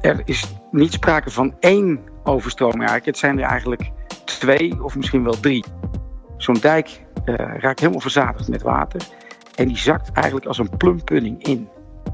Er is niet sprake van één overstroming eigenlijk. Het zijn er eigenlijk 2 of misschien wel 3. Zo'n dijk raakt helemaal verzadigd met water. En die zakt eigenlijk als een plumpudding in.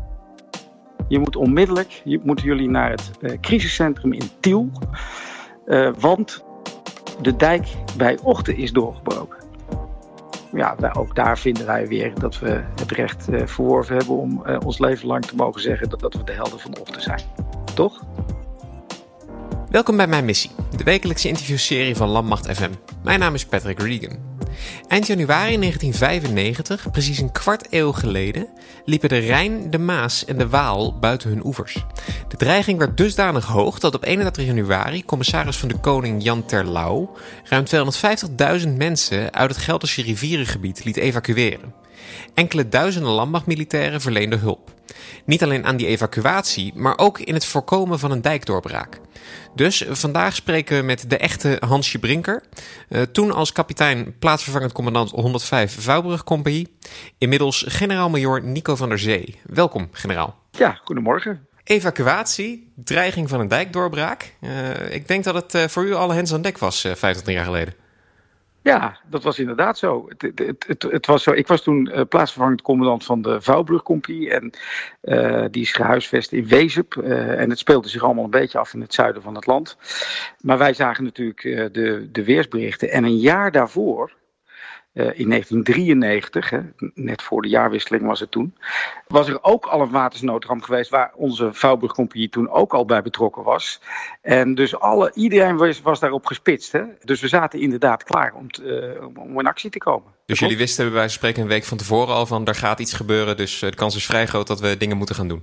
Moeten jullie naar het crisiscentrum in Tiel. Want de dijk bij Ochten is doorgebroken. Ja, ook daar vinden wij weer dat we het recht verworven hebben om ons leven lang te mogen zeggen dat we de helden van Ochten zijn. Toch? Welkom bij Mijn Missie, de wekelijkse interviewserie van Landmacht FM. Mijn naam is Patrick Regan. Eind januari 1995, precies een kwart eeuw geleden, liepen de Rijn, de Maas en de Waal buiten hun oevers. De dreiging werd dusdanig hoog dat op 31 januari commissaris van de Koning Jan Terlouw ruim 250.000 mensen uit het Gelderse rivierengebied liet evacueren. Enkele duizenden landmachtmilitairen verleenden hulp. Niet alleen aan die evacuatie, maar ook in het voorkomen van een dijkdoorbraak. Dus vandaag spreken we met de echte Hansje Brinker. Toen als kapitein plaatsvervangend commandant 105 Vouwbrugcompagnie. Inmiddels generaal-majoor Nico van der Zee. Welkom, generaal. Ja, goedemorgen. Evacuatie, dreiging van een dijkdoorbraak. Ik denk dat het voor u alle hens aan dek was 25 jaar geleden. Ja, dat was inderdaad zo. Het was zo. Ik was toen plaatsvervangend commandant van de Vouwbrugcompagnie. En die is gehuisvest in Wezep. En het speelde zich allemaal een beetje af in het zuiden van het land. Maar wij zagen natuurlijk de weersberichten. En een jaar daarvoor, in 1993, net voor de jaarwisseling was het toen, was er ook al een watersnoodramp geweest waar onze Vouwbrugcompagnie toen ook al bij betrokken was. En dus iedereen was daarop gespitst. Hè? Dus we zaten inderdaad klaar om in actie te komen. Dus jullie wisten bij wijze van spreken een week van tevoren al van er gaat iets gebeuren, dus de kans is vrij groot dat we dingen moeten gaan doen.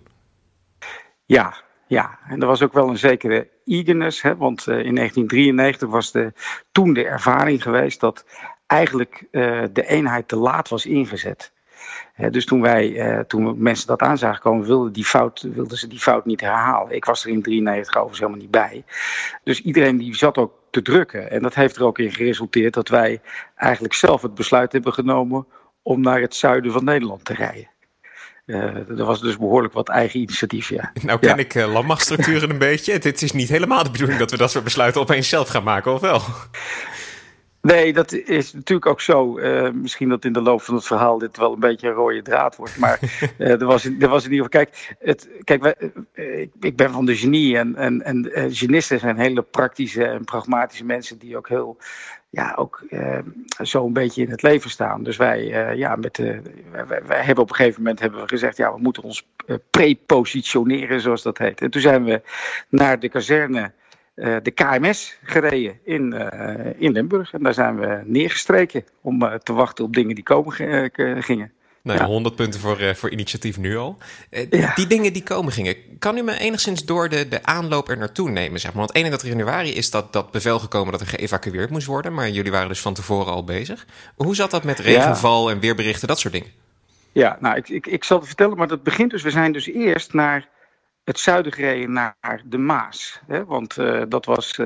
Ja, en er was ook wel een zekere eagerness, want in 1993 was toen de ervaring geweest dat eigenlijk de eenheid te laat was ingezet. Dus toen mensen dat aan zagen komen, wilden ze die fout niet herhalen. Ik was er in 1993 overigens helemaal niet bij. Dus iedereen die zat ook te drukken. En dat heeft er ook in geresulteerd dat wij eigenlijk zelf het besluit hebben genomen om naar het zuiden van Nederland te rijden. Er was dus behoorlijk wat eigen initiatief, ja. Nou ken ik landmachtstructuren een beetje. Het is niet helemaal de bedoeling dat we dat soort besluiten opeens zelf gaan maken, of wel? Nee, dat is natuurlijk ook zo. Misschien dat in de loop van het verhaal dit wel een beetje een rode draad wordt. Maar er was in ieder geval... Ik ben van de genie. En genisten zijn hele praktische en pragmatische mensen die ook heel... zo een beetje in het leven staan. Dus wij hebben op een gegeven moment gezegd... we moeten ons prepositioneren, zoals dat heet. En toen zijn we naar de kazerne... de KMS gereden in Limburg. En daar zijn we neergestreken om te wachten op dingen die komen gingen. Nou, 100 punten voor initiatief nu al. Ja. Die dingen die komen gingen, kan u me enigszins door de aanloop er naartoe nemen? Zeg maar? Want 31 januari is dat bevel gekomen dat er geëvacueerd moest worden. Maar jullie waren dus van tevoren al bezig. Hoe zat dat met regenval en weerberichten, dat soort dingen? Ja, nou, ik zal het vertellen, maar dat begint dus... We zijn dus eerst naar het zuiden gereden naar de Maas. Want dat was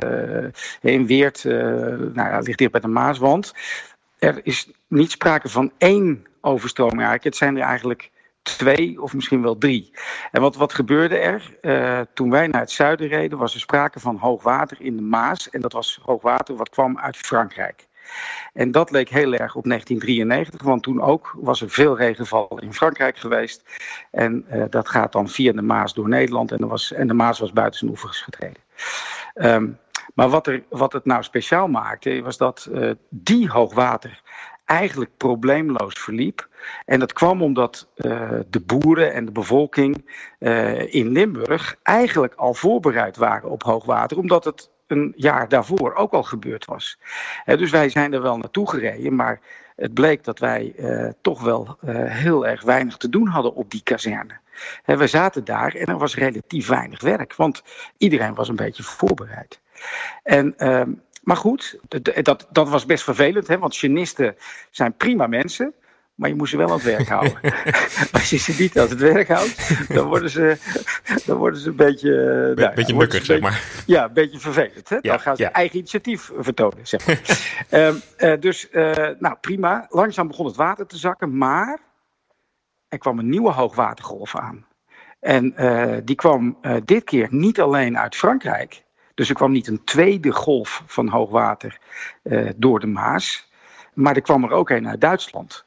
in Weert, ligt dicht bij de Maaswand. Er is niet sprake van één overstroming eigenlijk. Het zijn er eigenlijk 2 of misschien wel 3. En wat gebeurde er? Toen wij naar het zuiden reden was er sprake van hoogwater in de Maas. En dat was hoogwater wat kwam uit Frankrijk. En dat leek heel erg op 1993, want toen ook was er veel regenval in Frankrijk geweest. En dat gaat dan via de Maas door Nederland en de Maas was buiten zijn oevers getreden. Maar wat het nou speciaal maakte, was dat die hoogwater eigenlijk probleemloos verliep. En dat kwam omdat de boeren en de bevolking in Limburg eigenlijk al voorbereid waren op hoogwater, omdat het een jaar daarvoor ook al gebeurd was. Dus wij zijn er wel naartoe gereden, maar het bleek dat wij toch wel heel erg weinig te doen hadden op die kazerne. We zaten daar en er was relatief weinig werk, want iedereen was een beetje voorbereid. Maar goed, dat was best vervelend, want genisten zijn prima mensen. Maar je moest ze wel aan het werk houden. Als je ze niet aan het werk houdt, dan worden ze een beetje... beetje nukkig, zeg maar. Ja, een beetje vervelend. Hè? Dan gaan ze eigen initiatief vertonen, zeg maar. Prima. Langzaam begon het water te zakken, maar er kwam een nieuwe hoogwatergolf aan. En die kwam dit keer niet alleen uit Frankrijk. Dus er kwam niet een tweede golf van hoogwater door de Maas. Maar er kwam er ook een uit Duitsland.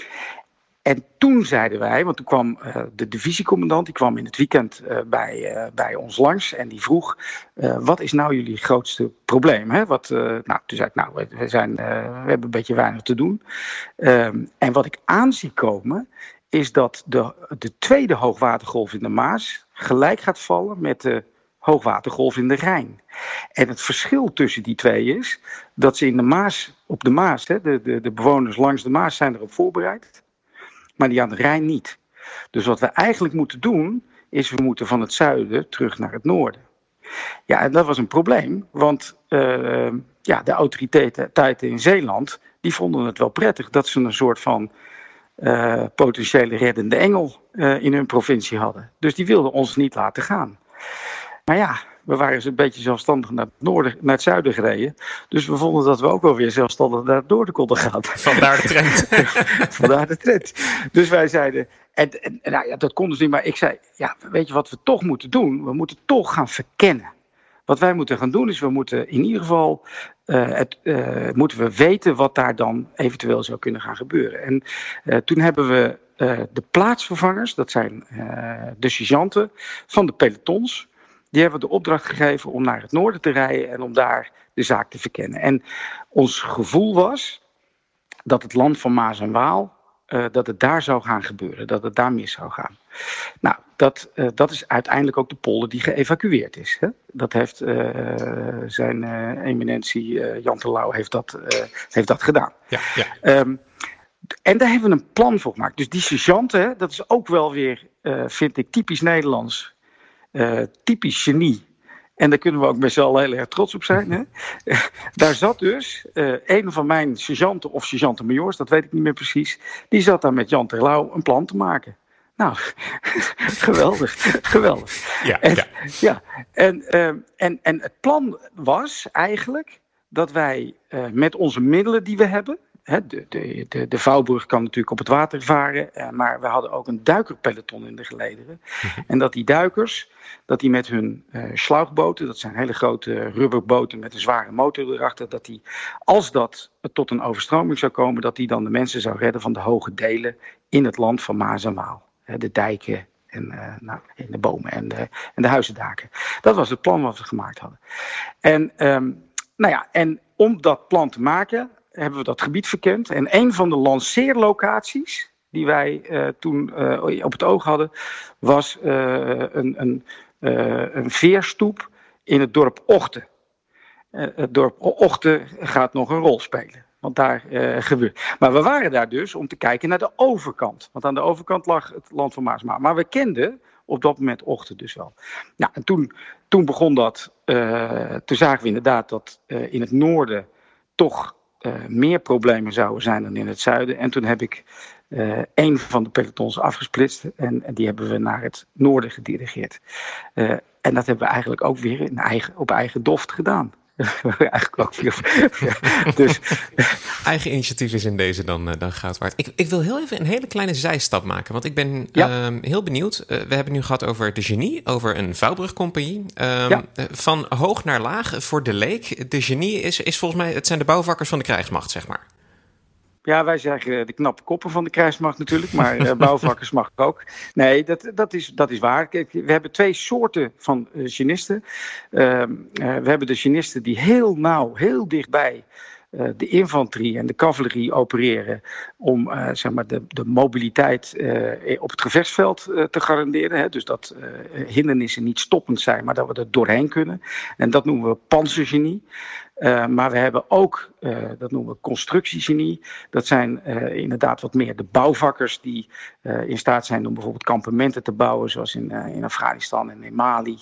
En toen zeiden wij, want toen kwam de divisiecommandant, die kwam in het weekend bij ons langs en die vroeg, wat is nou jullie grootste probleem? Hè? Toen zei ik, we hebben een beetje weinig te doen. En wat ik aan zie komen, is dat de tweede hoogwatergolf in de Maas gelijk gaat vallen met de hoogwatergolf in de Rijn. En het verschil tussen die twee is dat ze op de Maas, de bewoners langs de Maas zijn erop voorbereid, maar die aan de Rijn niet. Dus wat we eigenlijk moeten doen, is we moeten van het zuiden terug naar het noorden. Ja, en dat was een probleem, want de autoriteiten in Zeeland, die vonden het wel prettig dat ze een soort van potentiële reddende engel in hun provincie hadden. Dus die wilden ons niet laten gaan. Maar ja, we waren eens een beetje zelfstandig naar het zuiden gereden. Dus we vonden dat we ook wel weer zelfstandig naar het noorden konden gaan. Vandaar de trend. Vandaar de trend. Dus wij zeiden, dat kon dus niet. Maar ik zei, weet je wat we toch moeten doen? We moeten toch gaan verkennen. Wat wij moeten gaan doen is, we moeten in ieder geval moeten we weten wat daar dan eventueel zou kunnen gaan gebeuren. En toen hebben we de plaatsvervangers, dat zijn de sergeanten van de pelotons, die hebben de opdracht gegeven om naar het noorden te rijden en om daar de zaak te verkennen. En ons gevoel was dat het land van Maas en Waal, dat het daar zou gaan gebeuren, dat het daar mis zou gaan. Nou, dat is uiteindelijk ook de polder die geëvacueerd is. Hè? Dat heeft zijn eminentie Jan Terlouw heeft dat gedaan. Ja. En daar hebben we een plan voor gemaakt. Dus die sergeanten, dat is ook wel weer, vind ik, typisch Nederlands. Typisch genie. En daar kunnen we ook met z'n allen heel erg trots op zijn. Hè? Daar zat dus een van mijn sergeanten of sergeanten-majoors, dat weet ik niet meer precies. Die zat daar met Jan Terlouw een plan te maken. Nou, geweldig. En het plan was eigenlijk dat wij met onze middelen die we hebben. De vouwbrug kan natuurlijk op het water varen, maar we hadden ook een duikerpeloton in de gelederen. En dat die duikers, dat die met hun schlauchboten, dat zijn hele grote rubberboten met een zware motor erachter, dat die, als dat tot een overstroming zou komen, dat die dan de mensen zou redden van de hoge delen in het land van Maas en Waal. De dijken en de bomen en de huizendaken. Dat was het plan wat we gemaakt hadden. En om dat plan te maken, hebben we dat gebied verkend. En een van de lanceerlocaties die wij toen op het oog hadden, was een veerstoep in het dorp Ochten. Het dorp Ochten gaat nog een rol spelen. Want daar gebeurt. Maar we waren daar dus om te kijken naar de overkant. Want aan de overkant lag het land van Maas. Maar we kenden op dat moment Ochten dus wel. Nou, en toen begon dat. Toen zagen we inderdaad dat in het noorden toch meer problemen zouden zijn dan in het zuiden. En toen heb ik een van de pelotons afgesplitst. En die hebben we naar het noorden gedirigeerd. En dat hebben we eigenlijk ook weer op eigen doft gedaan. Eigenlijk ook dus. Eigen initiatief is in deze dan goud waard. Ik wil heel even een hele kleine zijstap maken, want ik ben heel benieuwd. We hebben nu gehad over de Genie, over een vouwbrugcompagnie. Van hoog naar laag voor de leek. De Genie is volgens mij, het zijn de bouwvakkers van de krijgsmacht, zeg maar. Ja, wij zeggen de knappe koppen van de krijgsmacht natuurlijk, maar bouwvakkers mag ook. Nee, dat is waar. Kijk, we hebben twee soorten van genisten. We hebben de genisten die heel nauw, heel dichtbij de infanterie en de cavalerie opereren om de mobiliteit op het gevechtsveld te garanderen. Hè? Dus dat hindernissen niet stoppend zijn, maar dat we er doorheen kunnen. En dat noemen we panzergenie. Maar we hebben ook, dat noemen we constructiegenie. Dat zijn inderdaad wat meer de bouwvakkers die in staat zijn om bijvoorbeeld kampementen te bouwen, zoals in Afghanistan en in Mali.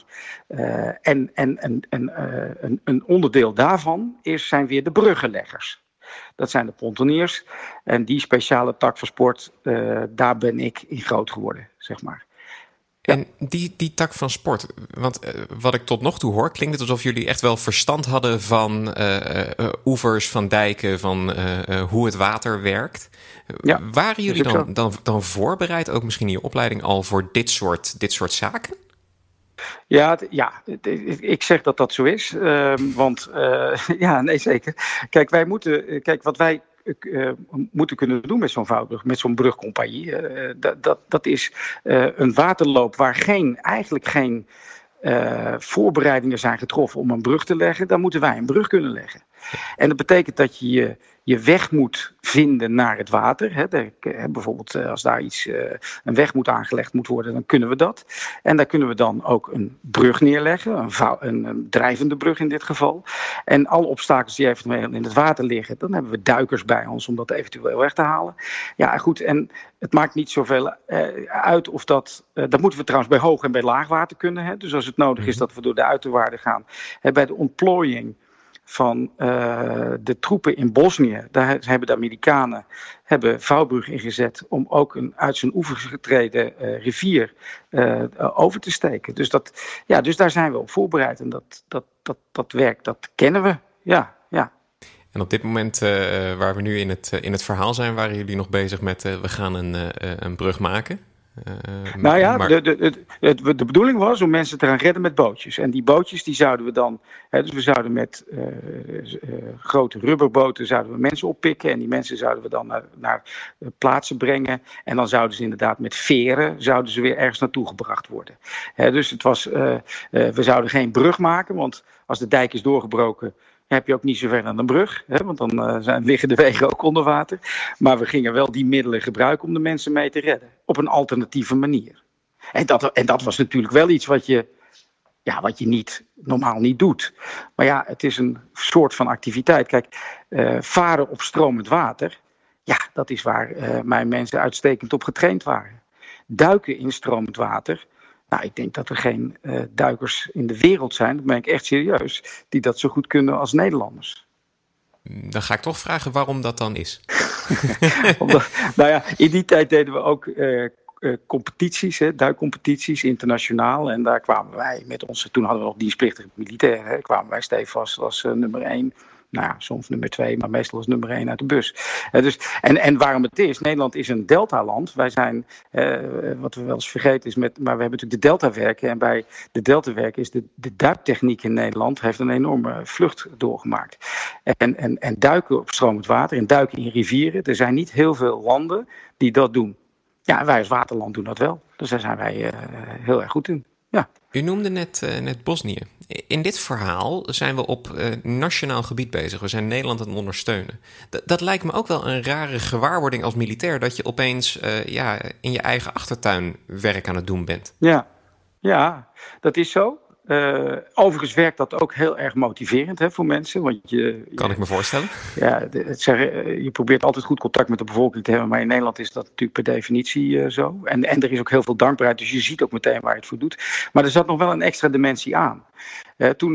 Een onderdeel daarvan zijn weer de bruggenleggers. Dat zijn de pontoniers. En die speciale tak van sport, daar ben ik in groot geworden, zeg maar. En die tak van sport, want wat ik tot nog toe hoor, klinkt het alsof jullie echt wel verstand hadden van oevers, van dijken, van hoe het water werkt. Ja, waren jullie dan voorbereid, ook misschien in je opleiding, al voor dit soort zaken? Ja, ik zeg dat dat zo is. Want nee, zeker. Kijk, wat wij moeten kunnen doen met zo'n vouwbrug, met zo'n brugcompagnie. Dat is een waterloop waar eigenlijk geen voorbereidingen zijn getroffen om een brug te leggen. Dan moeten wij een brug kunnen leggen. En dat betekent dat je je weg moet vinden naar het water. Bijvoorbeeld als daar een weg moet aangelegd moet worden, dan kunnen we dat. En daar kunnen we dan ook een brug neerleggen, een drijvende brug in dit geval. En alle obstakels die eventueel in het water liggen, dan hebben we duikers bij ons om dat eventueel weg te halen. Ja, goed, en het maakt niet zoveel uit of dat moeten we trouwens bij hoog en bij laagwater kunnen. Dus als het nodig is dat we door de uiterwaarden gaan. Bij de ontplooiing van de troepen in Bosnië, daar hebben de Amerikanen vouwbrug ingezet om ook een uit zijn oevers getreden rivier over te steken. Dus daar zijn we op voorbereid en dat werk, dat kennen we. Ja. En op dit moment waar we nu in het verhaal zijn, waren jullie nog bezig met we gaan een brug maken? De bedoeling was om mensen te gaan redden met bootjes. En die bootjes die zouden we dan, dus we zouden met grote rubberboten zouden we mensen oppikken. En die mensen zouden we dan naar plaatsen brengen. En dan zouden ze inderdaad met veren weer ergens naartoe gebracht worden. Dus het was, we zouden geen brug maken, want als de dijk is doorgebroken, heb je ook niet zo ver aan een brug, want dan liggen de wegen ook onder water. Maar we gingen wel die middelen gebruiken om de mensen mee te redden. Op een alternatieve manier. En dat was natuurlijk wel iets wat je normaal niet doet. Maar ja, het is een soort van activiteit. Kijk, varen op stromend water, ja, dat is waar mijn mensen uitstekend op getraind waren. Duiken in stromend water. Nou, ik denk dat er geen duikers in de wereld zijn, dat ben ik echt serieus, die dat zo goed kunnen als Nederlanders. Dan ga ik toch vragen waarom dat dan is. In die tijd deden we ook competities, duikcompetities, internationaal. En daar kwamen wij met onze, toen hadden we nog dienstplichtige militairen, kwamen wij stevast als nummer 1. Nou ja, soms nummer 2, maar meestal als nummer 1 uit de bus. En waarom het is, Nederland is een deltaland. Wij zijn, wat we wel eens vergeten is, maar we hebben natuurlijk de deltawerken. En bij de deltawerken is de duiktechniek in Nederland heeft een enorme vlucht doorgemaakt. En duiken op stromend water en duiken in rivieren. Er zijn niet heel veel landen die dat doen. Ja, en wij als waterland doen dat wel. Dus daar zijn wij heel erg goed in. Ja. U noemde net Bosnië. In dit verhaal zijn we op nationaal gebied bezig. We zijn Nederland aan het ondersteunen. Dat lijkt me ook wel een rare gewaarwording als militair, dat je opeens in je eigen achtertuin werk aan het doen bent. Ja, dat is zo. Overigens werkt dat ook heel erg motiverend voor mensen. Want kan ik me voorstellen? Ja, je probeert altijd goed contact met de bevolking te hebben. Maar in Nederland is dat natuurlijk per definitie zo. En er is ook heel veel dankbaarheid. Dus je ziet ook meteen waar je het voor doet. Maar er zat nog wel een extra dimensie aan. Toen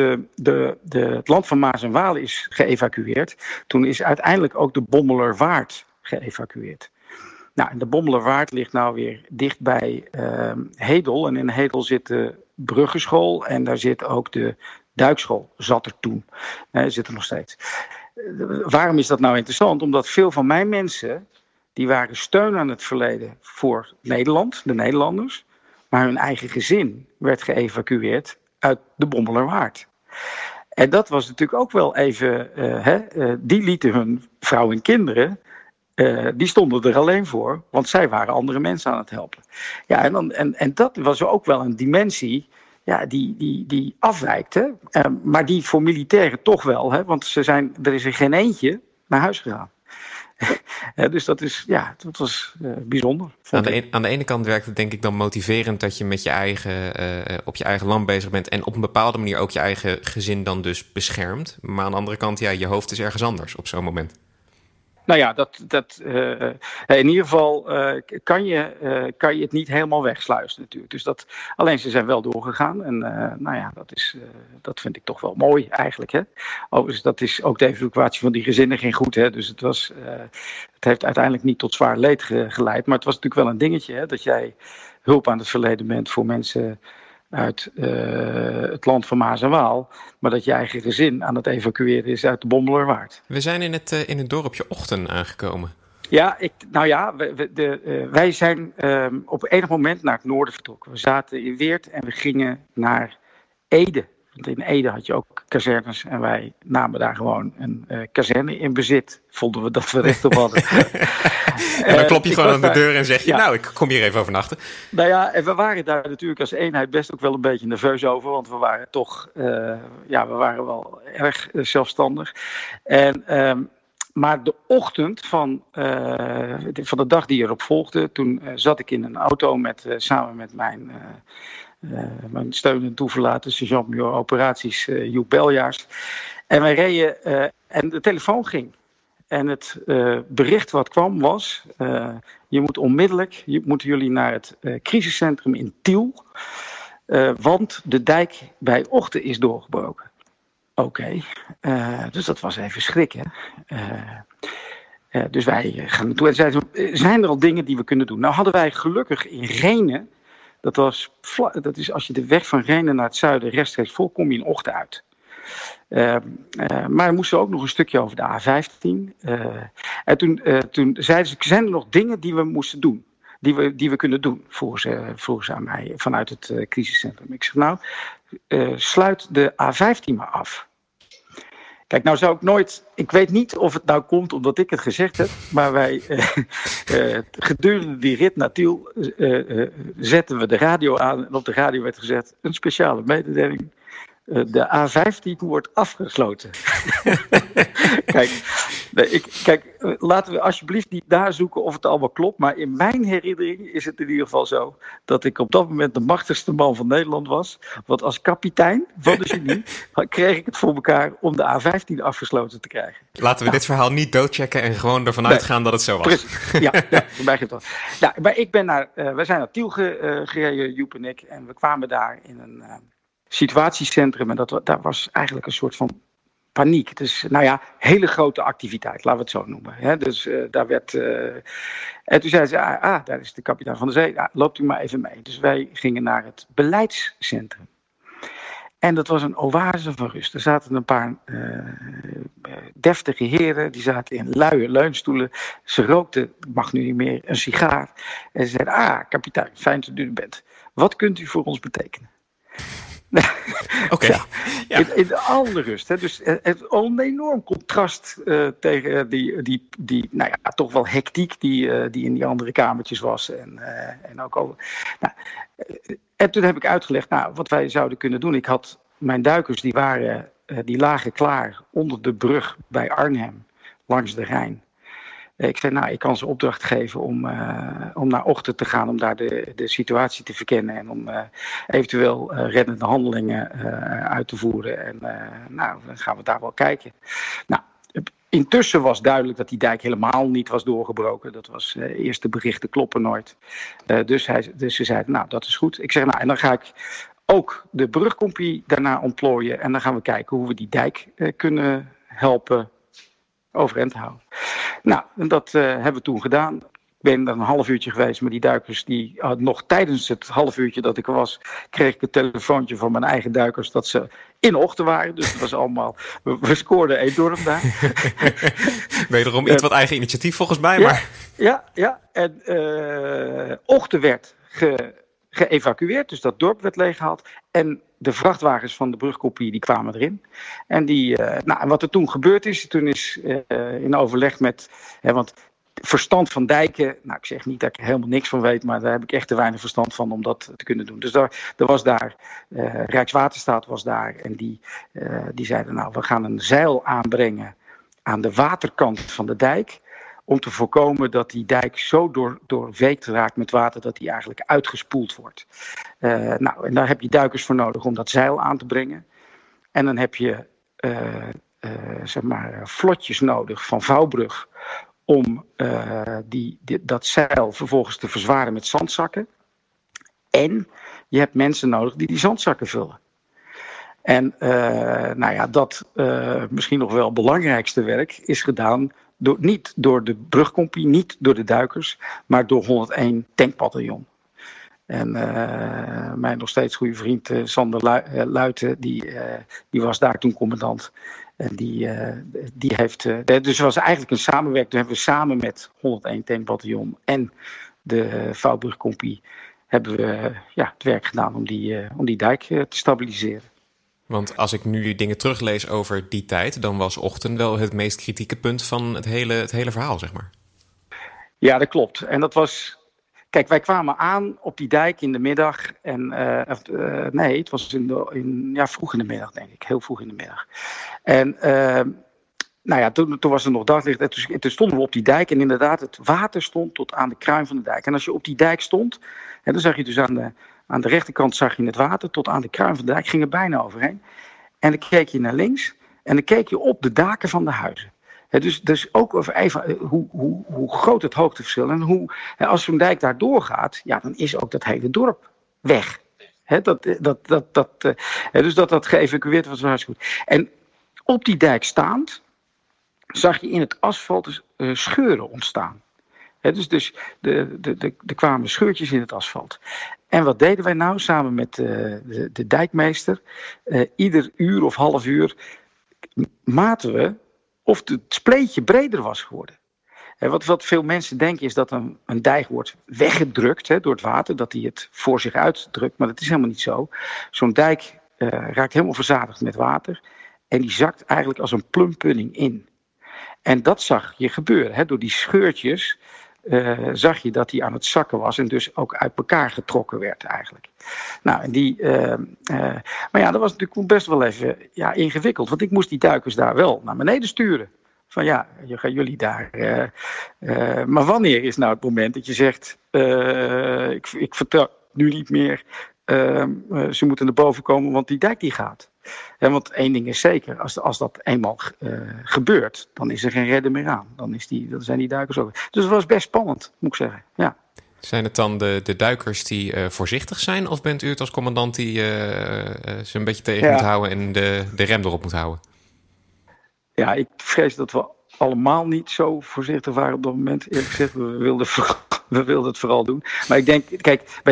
het land van Maas en Waal is geëvacueerd, toen is uiteindelijk ook de Bommelerwaard geëvacueerd. Nou, en de Bommelerwaard ligt nou weer dicht bij Hedel. En in Hedel zit de Bruggenschool en daar zit ook de duikschool. Zat er toen. Zit er nog steeds. Waarom is dat nou interessant? Omdat veel van mijn mensen, die waren steun aan het verleden voor Nederland, de Nederlanders. Maar hun eigen gezin werd geëvacueerd uit de Bommelerwaard. En dat was natuurlijk ook wel even, die lieten hun vrouw en kinderen, die stonden er alleen voor, want zij waren andere mensen aan het helpen. Ja, en dat was ook wel een dimensie die afwijkte, maar die voor militairen toch wel, want er is er geen eentje naar huis gegaan. Dus dat was bijzonder. Aan de ene kant werkt het denk ik dan motiverend dat je met op je eigen land bezig bent en op een bepaalde manier ook je eigen gezin dan dus beschermt. Maar aan de andere kant, je hoofd is ergens anders op zo'n moment. Nou ja, in ieder geval kan je het niet helemaal wegsluizen natuurlijk. Dus alleen ze zijn wel doorgegaan. En dat vind ik toch wel mooi eigenlijk. Hè? Overigens, dat is ook de evacuatie van die gezinnen ging goed. Hè? Dus het heeft uiteindelijk niet tot zwaar leed geleid. Maar het was natuurlijk wel een dingetje, hè? Dat jij hulp aan het verleden bent voor mensen uit het land van Maas en Waal, maar dat je eigen gezin aan het evacueren is uit de Bommelerwaard. We zijn in het dorpje Ochten aangekomen. Ja, wij zijn op enig moment naar het noorden vertrokken. We zaten in Weert en we gingen naar Ede. Want in Ede had je ook kazernes en wij namen daar gewoon een kazerne in bezit. Vonden we dat we recht op hadden. En dan klop je gewoon aan de deur en zeg je, nou, ik kom hier even overnachten. Nou ja, en we waren daar natuurlijk als eenheid best ook wel een beetje nerveus over. Want we waren toch, we waren wel erg zelfstandig. Maar de ochtend van de dag die erop volgde, toen zat ik in een auto samen met mijn steun- en toeverlaten sergeant-major operaties Joep Beljaars. En wij reden en de telefoon ging. En het bericht wat kwam was, moeten jullie naar het crisiscentrum in Tiel, want de dijk bij Ochten is doorgebroken. Oké, dus dat was even schrikken. Dus wij gaan naartoe en zeiden, zijn er al dingen die we kunnen doen? Nou hadden wij gelukkig in Rhenen, dat is als je de weg van Rhenen naar het zuiden rechtstreeks volgt, kom je in Ochten uit. Maar we moesten ook nog een stukje over de A15. En toen zeiden ze, zijn er nog dingen die we moesten doen? Die we kunnen doen, vroegen ze aan mij vanuit het crisiscentrum. Ik zeg, nou, sluit de A15 maar af. Kijk, nou zou ik nooit... Ik weet niet of het nou komt omdat ik het gezegd heb, maar wij gedurende die rit naar Tiel zetten we de radio aan en op de radio werd gezet een speciale mededeling. De A15 wordt afgesloten. Kijk, laten we alsjeblieft niet nazoeken of het allemaal klopt. Maar in mijn herinnering is het in ieder geval zo dat ik op dat moment de machtigste man van Nederland was. Want als kapitein van de genie kreeg ik het voor elkaar om de A15 afgesloten te krijgen. Laten we dit verhaal niet doodchecken en gewoon ervan uitgaan dat het zo was. Precies. Ja, voor mij geeft dat. Ja, maar wij zijn naar Tiel gereden, Joep en ik. En we kwamen daar in een situatiecentrum en daar was eigenlijk een soort van paniek. Dus hele grote activiteit, laten we het zo noemen. Hè? Dus daar werd... en toen zei ze, daar is de kapitein van de zee, loopt u maar even mee. Dus wij gingen naar het beleidscentrum. En dat was een oase van rust. Er zaten een paar deftige heren, die zaten in luie leunstoelen. Ze rookten, mag nu niet meer, een sigaar. En ze zeiden, kapitein, fijn dat u er bent. Wat kunt u voor ons betekenen? Oké. Ja. In alle rust. Hè. Dus een enorm contrast tegen die toch wel hectiek die in die andere kamertjes was. En ook over. En toen heb ik uitgelegd wat wij zouden kunnen doen. Ik had mijn duikers, die lagen klaar onder de brug bij Arnhem, langs de Rijn. Ik zei, ik kan ze opdracht geven om naar Ochten te gaan, om daar de situatie te verkennen en om eventueel reddende handelingen uit te voeren. En dan gaan we daar wel kijken. Nou, intussen was duidelijk dat die dijk helemaal niet was doorgebroken. Dat was eerste berichten kloppen nooit. Dus ze zeiden, dat is goed. Ik zeg, en dan ga ik ook de brugcompie daarna ontplooien en dan gaan we kijken hoe we die dijk kunnen helpen overeind houden. Nou, en dat hebben we toen gedaan. Ik ben er een half uurtje geweest, maar die duikers, nog tijdens het half uurtje dat ik er was, kreeg ik een telefoontje van mijn eigen duikers dat ze in Ochten waren. Dus het was allemaal, we scoorden enorm daar. Wederom iets wat eigen initiatief volgens mij, maar... Ja. En Ochten werd geëvacueerd, dus dat dorp werd leeggehaald. En de vrachtwagens van de brugcompie die kwamen erin. En wat er toen gebeurd is, in overleg met... want verstand van dijken, ik zeg niet dat ik er helemaal niks van weet, maar daar heb ik echt te weinig verstand van om dat te kunnen doen. Dus er was daar, Rijkswaterstaat was daar en die zeiden, we gaan een zeil aanbrengen aan de waterkant van de dijk, om te voorkomen dat die dijk zo doorweekt raakt met water dat die eigenlijk uitgespoeld wordt. En daar heb je duikers voor nodig om dat zeil aan te brengen. En dan heb je vlotjes nodig van vouwbrug om dat zeil vervolgens te verzwaren met zandzakken. En je hebt mensen nodig die zandzakken vullen. En dat misschien nog wel belangrijkste werk is gedaan niet door de brugcompie, niet door de duikers, maar door 101 tankbataljon. En mijn nog steeds goede vriend Sander Luiten, die was daar toen commandant. En die heeft... dus het was eigenlijk een samenwerking. Toen hebben we samen met 101 Tankbataljon en de Vouwbrugcompagnie hebben we het werk gedaan om die dijk te stabiliseren. Want als ik nu dingen teruglees over die tijd, dan was Ochten wel het meest kritieke punt van het hele verhaal, zeg maar. Ja, dat klopt. En dat was... Kijk, wij kwamen aan op die dijk in de middag. En het was vroeg in de middag, denk ik. Heel vroeg in de middag. En toen was er nog daglicht. En toen stonden we op die dijk. En inderdaad, het water stond tot aan de kruin van de dijk. En als je op die dijk stond, dan zag je dus aan de rechterkant zag je het water. Tot aan de kruin van de dijk ging er bijna overheen. En dan keek je naar links. En dan keek je op de daken van de huizen. Dus ook over even hoe groot het hoogteverschil en als zo'n dijk daar doorgaat, dan is ook dat hele dorp weg. Dus dat geëvacueerd was hartstikke goed. En op die dijk staand zag je in het asfalt scheuren ontstaan. Dus er kwamen scheurtjes in het asfalt. En wat deden wij nou samen met de dijkmeester? Ieder uur of half uur maten we of het spleetje breder was geworden. Wat veel mensen denken is dat een dijk wordt weggedrukt door het water, dat hij het voor zich uitdrukt, maar dat is helemaal niet zo. Zo'n dijk raakt helemaal verzadigd met water en die zakt eigenlijk als een plumpudding in. En dat zag je gebeuren. Door die scheurtjes zag je dat hij aan het zakken was en dus ook uit elkaar getrokken werd eigenlijk. Nou, maar dat was natuurlijk best wel even ingewikkeld, want ik moest die duikers daar wel naar beneden sturen. Van gaan jullie daar. Maar wanneer is nou het moment dat je zegt, ik vertel nu niet meer, ze moeten naar boven komen, want die dijk die gaat. Want één ding is zeker, als dat eenmaal gebeurt, dan is er geen redden meer aan. Dan zijn die duikers ook. Dus het was best spannend, moet ik zeggen. Ja. Zijn het dan de duikers die voorzichtig zijn, of bent u het als commandant die ze een beetje tegen moet houden en de rem erop moet houden? Ja, ik vrees dat we allemaal niet zo voorzichtig waren op dat moment. Eerlijk gezegd, we wilden het vooral doen. Maar ik denk, kijk,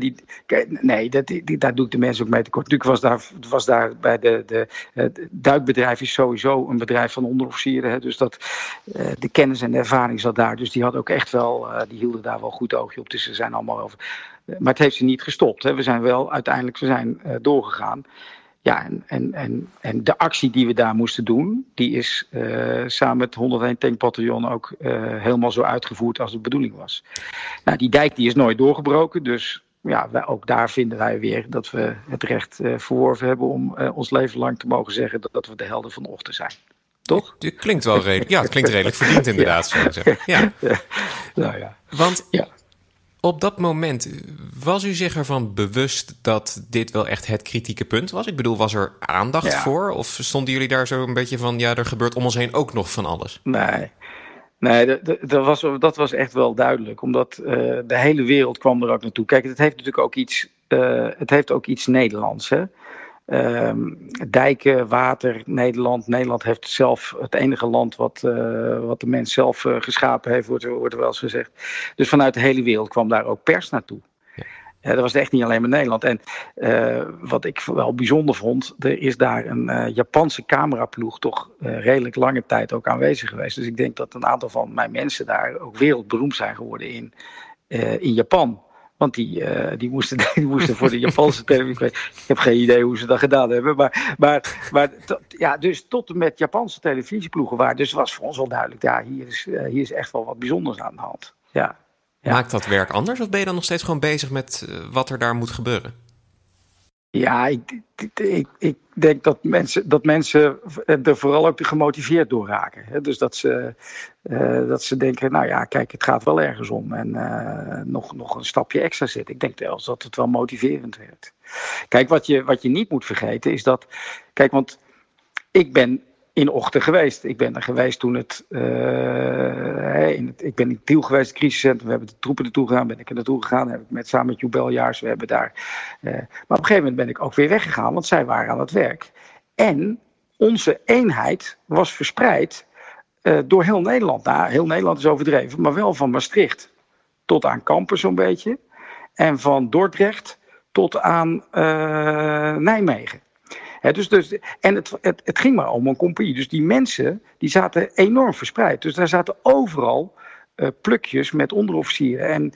daar doe ik de mensen ook mee tekort. Natuurlijk was daar bij het duikbedrijf is sowieso een bedrijf van onderofficieren. Dus de kennis en de ervaring zat daar. Dus die hadden ook echt wel, die hielden daar wel goed oogje op. Dus ze zijn allemaal over. Maar het heeft ze niet gestopt. We zijn wel uiteindelijk doorgegaan. Ja, en de actie die we daar moesten doen, die is samen met 101 Tankbataljon ook helemaal zo uitgevoerd als de bedoeling was. Nou, die dijk die is nooit doorgebroken, dus ook daar vinden wij weer dat we het recht verworven hebben om ons leven lang te mogen zeggen dat we de helden van Ochten zijn. Toch? Het klinkt wel redelijk. Ja, het klinkt redelijk verdiend inderdaad. Zou ik zeggen. Ja. Nou ja. Want op dat moment, was u zich ervan bewust dat dit wel echt het kritieke punt was? Ik bedoel, was er aandacht voor? Of stonden jullie daar zo een beetje van, er gebeurt om ons heen ook nog van alles? Nee, dat was echt wel duidelijk. Omdat de hele wereld kwam er ook naartoe. Kijk, het heeft natuurlijk ook iets Nederlands, hè. Dijken, water, Nederland. Nederland heeft zelf het enige land wat de mens zelf geschapen heeft, wordt er wel eens gezegd. Dus vanuit de hele wereld kwam daar ook pers naartoe. Dat was echt niet alleen maar Nederland. En wat ik wel bijzonder vond, er is daar een Japanse cameraploeg toch redelijk lange tijd ook aanwezig geweest. Dus ik denk dat een aantal van mijn mensen daar ook wereldberoemd zijn geworden in Japan. Want die moesten voor de Japanse televisie. Ik heb geen idee hoe ze dat gedaan hebben. Maar dus tot en met Japanse televisieploegen waren. Dus het was voor ons wel duidelijk. Hier is echt wel wat bijzonders aan de hand. Ja. Maakt dat werk anders? Of ben je dan nog steeds gewoon bezig met wat er daar moet gebeuren? Ja, ik denk dat mensen er vooral ook gemotiveerd door raken. Hè? Dus dat ze denken, kijk, het gaat wel ergens om. En nog een stapje extra zitten. Ik denk zelfs dat het wel motiverend werkt. Kijk, wat je niet moet vergeten is dat... Kijk, want ik ben in Ochten geweest. Ik ben er geweest toen ik ben in Tiel geweest, het crisiscentrum. We hebben de troepen naartoe gegaan, ben ik er naartoe gegaan. Heb ik samen met Jubeljaars, we hebben daar... maar op een gegeven moment ben ik ook weer weggegaan, want zij waren aan het werk. En onze eenheid was verspreid door heel Nederland. Nou, heel Nederland is overdreven, maar wel van Maastricht tot aan Kampen zo'n beetje. en van Dordrecht tot aan Nijmegen. En het ging maar om een compagnie. Dus die mensen die zaten enorm verspreid. Dus daar zaten overal plukjes met onderofficieren. En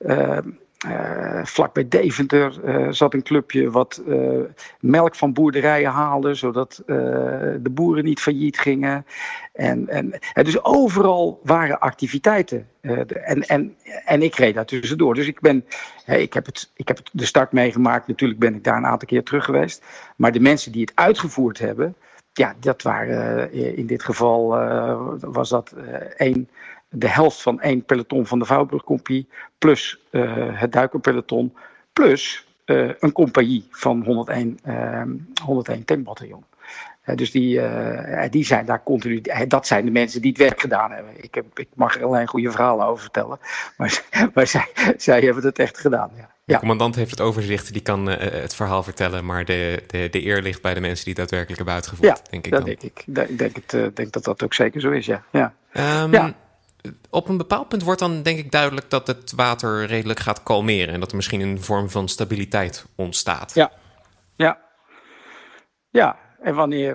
vlak bij Deventer zat een clubje wat melk van boerderijen haalde, zodat de boeren niet failliet gingen. Dus overal waren activiteiten. En ik reed daar tussendoor. Dus ik heb de start meegemaakt. Natuurlijk ben ik daar een aantal keer terug geweest. Maar de mensen die het uitgevoerd hebben, ja, dat waren in dit geval was dat de helft van 1 peloton van de Vouwbrugcompagnie, plus het duikerpeloton, plus een compagnie van 101 tankbataljon. Dus die zijn daar continu. Dat zijn de mensen die het werk gedaan hebben. Ik mag er alleen goede verhalen over vertellen. Maar zij hebben het echt gedaan. Ja. De commandant heeft het overzicht, die kan het verhaal vertellen, maar de eer ligt bij de mensen die het daadwerkelijk hebben uitgevoerd, denk ik dan. Ik denk dat dat ook zeker zo is, ja. Op een bepaald punt wordt dan denk ik duidelijk dat het water redelijk gaat kalmeren en dat er misschien een vorm van stabiliteit ontstaat. Ja. En wanneer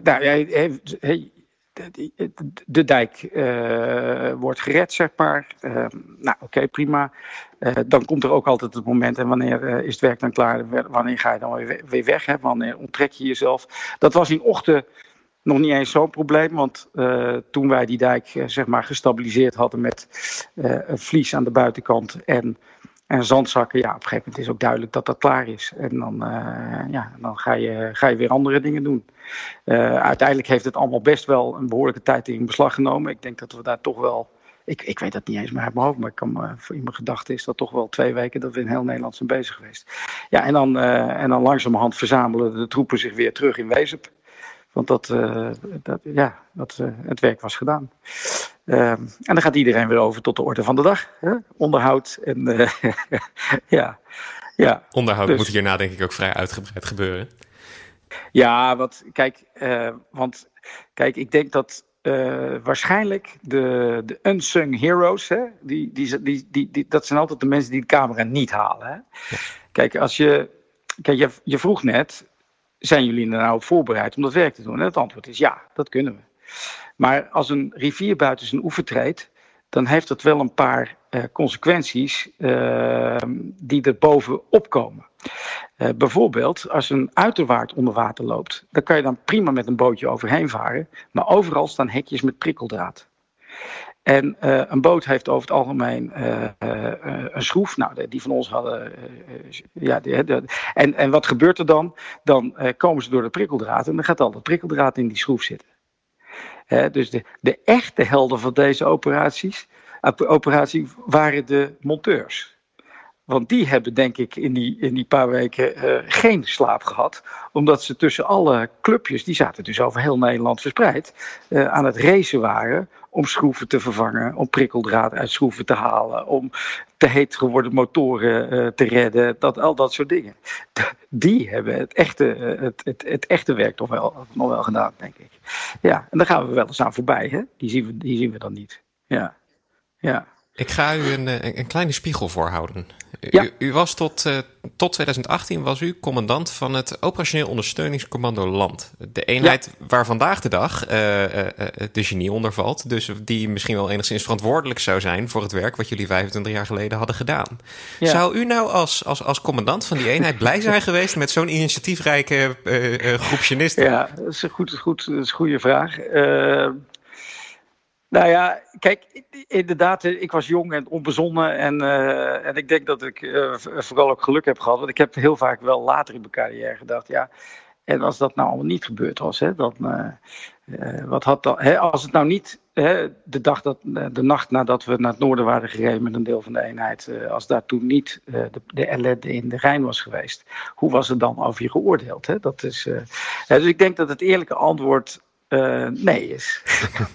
de dijk wordt gered, zeg maar. Oké, prima. Dan komt er ook altijd het moment, en wanneer is het werk dan klaar? Wanneer ga je dan weer weg? Hè? Wanneer onttrek je jezelf? Dat was in Ochten nog niet eens zo'n probleem, want toen wij die dijk zeg maar gestabiliseerd hadden met vlies aan de buitenkant en zandzakken, ja, op een gegeven moment is ook duidelijk dat dat klaar is. En dan ga je weer andere dingen doen. Uiteindelijk heeft het allemaal best wel een behoorlijke tijd in beslag genomen. Ik denk dat we daar toch wel, ik weet dat niet eens meer uit mijn hoofd, maar in mijn gedachten is dat toch wel 2 weken dat we in heel Nederland zijn bezig geweest. Ja, en dan langzamerhand verzamelen de troepen zich weer terug in Wezep. Want het werk was gedaan. En dan gaat iedereen weer over tot de orde van de dag. Hè? Onderhoud en ja. Onderhoud moet hierna denk ik ook vrij uitgebreid gebeuren. Ja, ik denk dat waarschijnlijk de unsung heroes, hè, dat zijn altijd de mensen die de camera niet halen. Hè? Ja. Kijk, je vroeg net, zijn jullie er nou op voorbereid om dat werk te doen? En het antwoord is ja, dat kunnen we. Maar als een rivier buiten zijn oever treedt, dan heeft dat wel een paar consequenties die er bovenop komen. Bijvoorbeeld, als een uiterwaard onder water loopt, dan kan je dan prima met een bootje overheen varen, maar overal staan hekjes met prikkeldraad. En een boot heeft over het algemeen een schroef. Nou, die van ons hadden. En wat gebeurt er dan? Dan komen ze door de prikkeldraad en dan gaat al dat prikkeldraad in die schroef zitten. Dus de echte helden van deze operatie waren de monteurs. Want die hebben denk ik in die paar weken geen slaap gehad. Omdat ze tussen alle clubjes, die zaten dus over heel Nederland verspreid, aan het racen waren om schroeven te vervangen, om prikkeldraad uit schroeven te halen, om te heet geworden motoren te redden, al dat soort dingen. Die hebben het echte werk nog wel gedaan, denk ik. Ja, en daar gaan we wel eens aan voorbij, hè? Die zien we dan niet. Ja. Ik ga u een kleine spiegel voorhouden. Ja. U was tot 2018 was u commandant van het Operationeel Ondersteuningscommando Land. De eenheid waar vandaag de dag de genie onder valt. Dus die misschien wel enigszins verantwoordelijk zou zijn voor het werk wat jullie 25 jaar geleden hadden gedaan. Ja. Zou u nou als commandant van die eenheid blij zijn geweest met zo'n initiatiefrijke groep genisten? Ja, dat is een goede vraag. Nou ja, kijk, inderdaad, ik was jong en onbezonnen en ik denk dat ik vooral ook geluk heb gehad. Want ik heb heel vaak wel later in mijn carrière gedacht, ja, en als dat nou allemaal niet gebeurd was, hè, dan, wat had dan, hè, als het nou niet, hè, de nacht nadat we naar het noorden waren gereden met een deel van de eenheid, als daar toen niet de ellende in de Rijn was geweest, hoe was er dan over je geoordeeld? Hè? Dat is, dus ik denk dat het eerlijke antwoord nee is.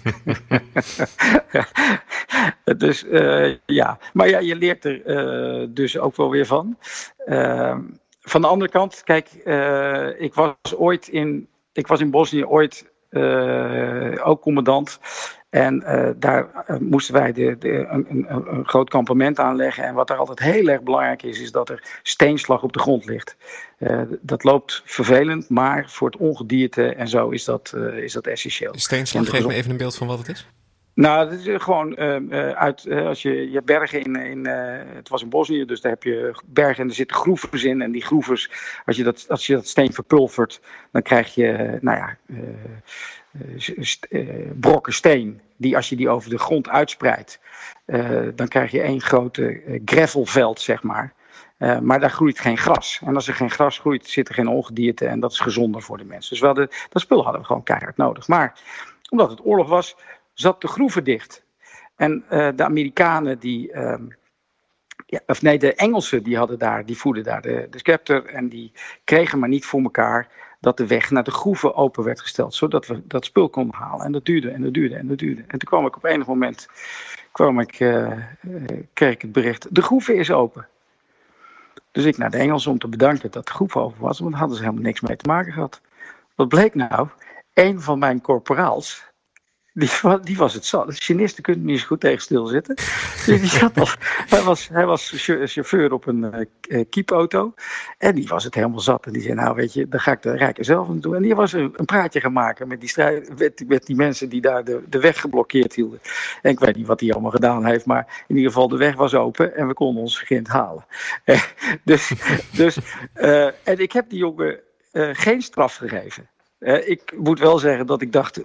Dus ja, maar ja, je leert er dus ook wel weer van. Van de andere kant, kijk, ik was in Bosnië ooit ook commandant. En daar moesten wij een groot kampement aanleggen. En wat daar altijd heel erg belangrijk is dat er steenslag op de grond ligt. Dat loopt vervelend, maar voor het ongedierte en zo is dat essentieel. Steenslag, geef me even een beeld van wat het is. Nou, het is gewoon als je hebt bergen in het was in Bosnië, dus daar heb je bergen en er zitten groeves in. En die groeves, als je dat steen verpulvert, dan krijg je, brokken steen, die als je die over de grond uitspreidt, dan krijg je één grote gravelveld, zeg maar. Maar daar groeit geen gras. En als er geen gras groeit, zit er geen ongedierte en dat is gezonder voor de mensen. Dus dat spul hadden we gewoon keihard nodig. Maar omdat het oorlog was, zat de groeven dicht. En de Amerikanen de Engelsen die voerden daar de scepter en die kregen maar niet voor elkaar dat de weg naar de groeven open werd gesteld, zodat we dat spul konden halen. En dat duurde en dat duurde en dat duurde. En toen kwam ik op enig moment, kreeg ik het bericht, de groeve is open. Dus ik naar de Engelsen om te bedanken dat de groef open was, want daar hadden ze helemaal niks mee te maken gehad. Wat bleek nou? Een van mijn korporaals, die was het zat. De Chinisten kunnen niet zo goed tegen stilzitten. Dus hij was chauffeur op een kiepauto. En die was het helemaal zat. En die zei, nou weet je, dan ga ik de Rijken zelf naartoe. En die was een praatje gaan maken met die mensen die daar de weg geblokkeerd hielden. En ik weet niet wat hij allemaal gedaan heeft. Maar in ieder geval, de weg was open en we konden ons grind halen. En ik heb die jongen geen straf gegeven. Ik moet wel zeggen dat ik dacht,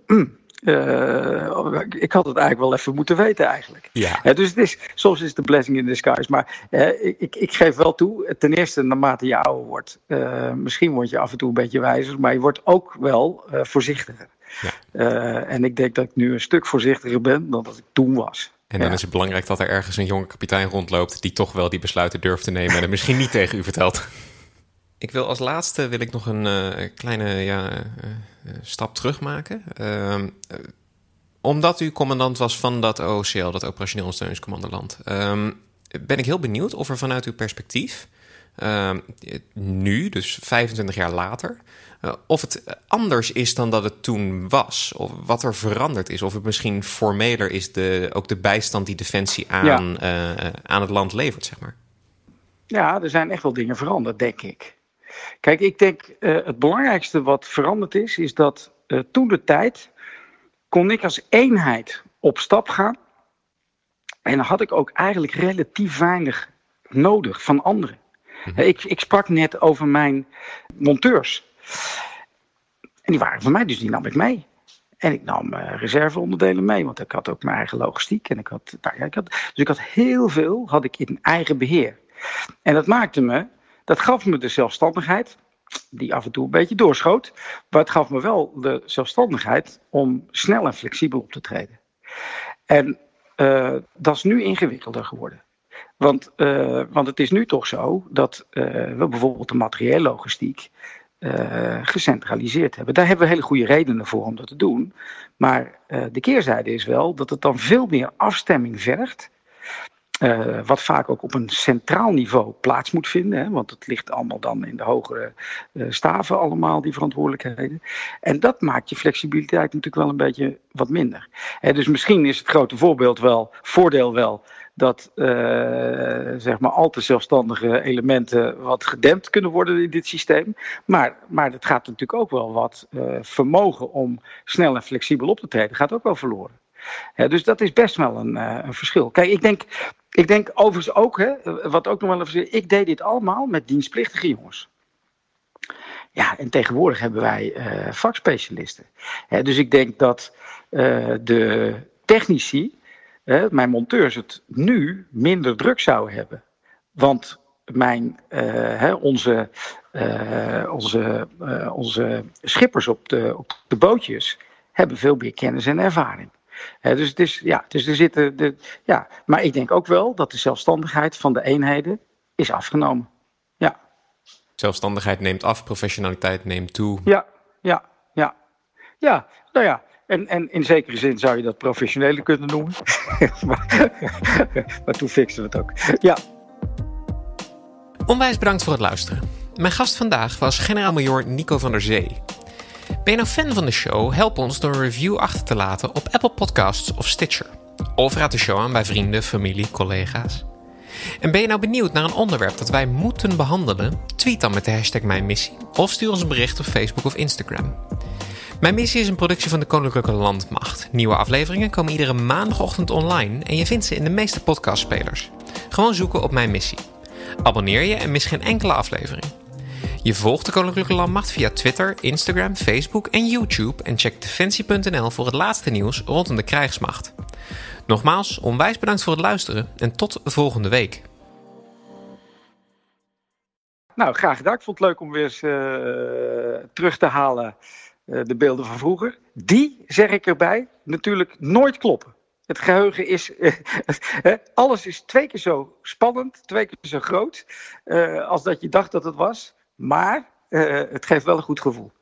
ik had het eigenlijk wel even moeten weten eigenlijk. Ja. Dus soms is het een blessing in disguise. Maar ik geef wel toe, ten eerste naarmate je ouder wordt, misschien word je af en toe een beetje wijzer, maar je wordt ook wel voorzichtiger. Ja. En ik denk dat ik nu een stuk voorzichtiger ben dan dat ik toen was. En dan is het belangrijk dat er ergens een jonge kapitein rondloopt die toch wel die besluiten durft te nemen en het misschien niet tegen u vertelt. Ik wil als laatste nog een kleine stap terug maken. Omdat u commandant was van dat OOCL, dat Operationeel Ondersteuningscommandoland, ben ik heel benieuwd of er vanuit uw perspectief, nu, dus 25 jaar later, of het anders is dan dat het toen was. Of wat er veranderd is. Of het misschien formeler is, ook de bijstand die Defensie aan het land levert, zeg maar. Ja, er zijn echt wel dingen veranderd, denk ik. Kijk, ik denk het belangrijkste wat veranderd is dat toen de tijd kon ik als eenheid op stap gaan. En dan had ik ook eigenlijk relatief weinig nodig van anderen. Mm-hmm. Ik sprak net over mijn monteurs. En die waren van mij, dus die nam ik mee. En ik nam reserveonderdelen mee, want ik had ook mijn eigen logistiek. En dus ik had heel veel in eigen beheer. En dat gaf me de zelfstandigheid, die af en toe een beetje doorschoot. Maar het gaf me wel de zelfstandigheid om snel en flexibel op te treden. En dat is nu ingewikkelder geworden. Want het is nu toch zo dat we bijvoorbeeld de materiële logistiek gecentraliseerd hebben. Daar hebben we hele goede redenen voor om dat te doen. Maar de keerzijde is wel dat het dan veel meer afstemming vergt. Wat vaak ook op een centraal niveau plaats moet vinden. Hè, want het ligt allemaal dan in de hogere staven allemaal, die verantwoordelijkheden. En dat maakt je flexibiliteit natuurlijk wel een beetje wat minder. Dus misschien is het grote voordeel wel dat al te zelfstandige elementen wat gedempt kunnen worden in dit systeem. Maar het gaat natuurlijk ook wel wat vermogen om snel en flexibel op te treden, gaat ook wel verloren. Dus dat is best wel een verschil. Kijk, ik denk overigens ook, wat ook nog wel een verschil is, ik deed dit allemaal met dienstplichtige jongens. Ja, en tegenwoordig hebben wij vakspecialisten. Dus ik denk dat de technici, mijn monteurs, het nu minder druk zouden hebben. Want onze schippers op de bootjes hebben veel meer kennis en ervaring. Maar ik denk ook wel dat de zelfstandigheid van de eenheden is afgenomen. Ja. Zelfstandigheid neemt af, professionaliteit neemt toe. Ja, nou ja. En in zekere zin zou je dat professionele kunnen noemen. maar toen fixen we het ook. Ja. Onwijs bedankt voor het luisteren. Mijn gast vandaag was generaal-majoor Nico van der Zee. Ben je nou fan van de show? Help ons door een review achter te laten op Apple Podcasts of Stitcher. Of raad de show aan bij vrienden, familie, collega's. En ben je nou benieuwd naar een onderwerp dat wij moeten behandelen? Tweet dan met de hashtag #mijnmissie of stuur ons een bericht op Facebook of Instagram. Mijn Missie is een productie van de Koninklijke Landmacht. Nieuwe afleveringen komen iedere maandagochtend online en je vindt ze in de meeste podcastspelers. Gewoon zoeken op Mijn Missie. Abonneer je en mis geen enkele aflevering. Je volgt de Koninklijke Landmacht via Twitter, Instagram, Facebook en YouTube en check defensie.nl voor het laatste nieuws rondom de krijgsmacht. Nogmaals, onwijs bedankt voor het luisteren en tot volgende week. Nou, graag gedaan. Ik vond het leuk om weer eens terug te halen de beelden van vroeger. Die, zeg ik erbij, natuurlijk nooit kloppen. Het geheugen is, alles is 2 keer zo spannend, 2 keer zo groot als dat je dacht dat het was. Maar het geeft wel een goed gevoel.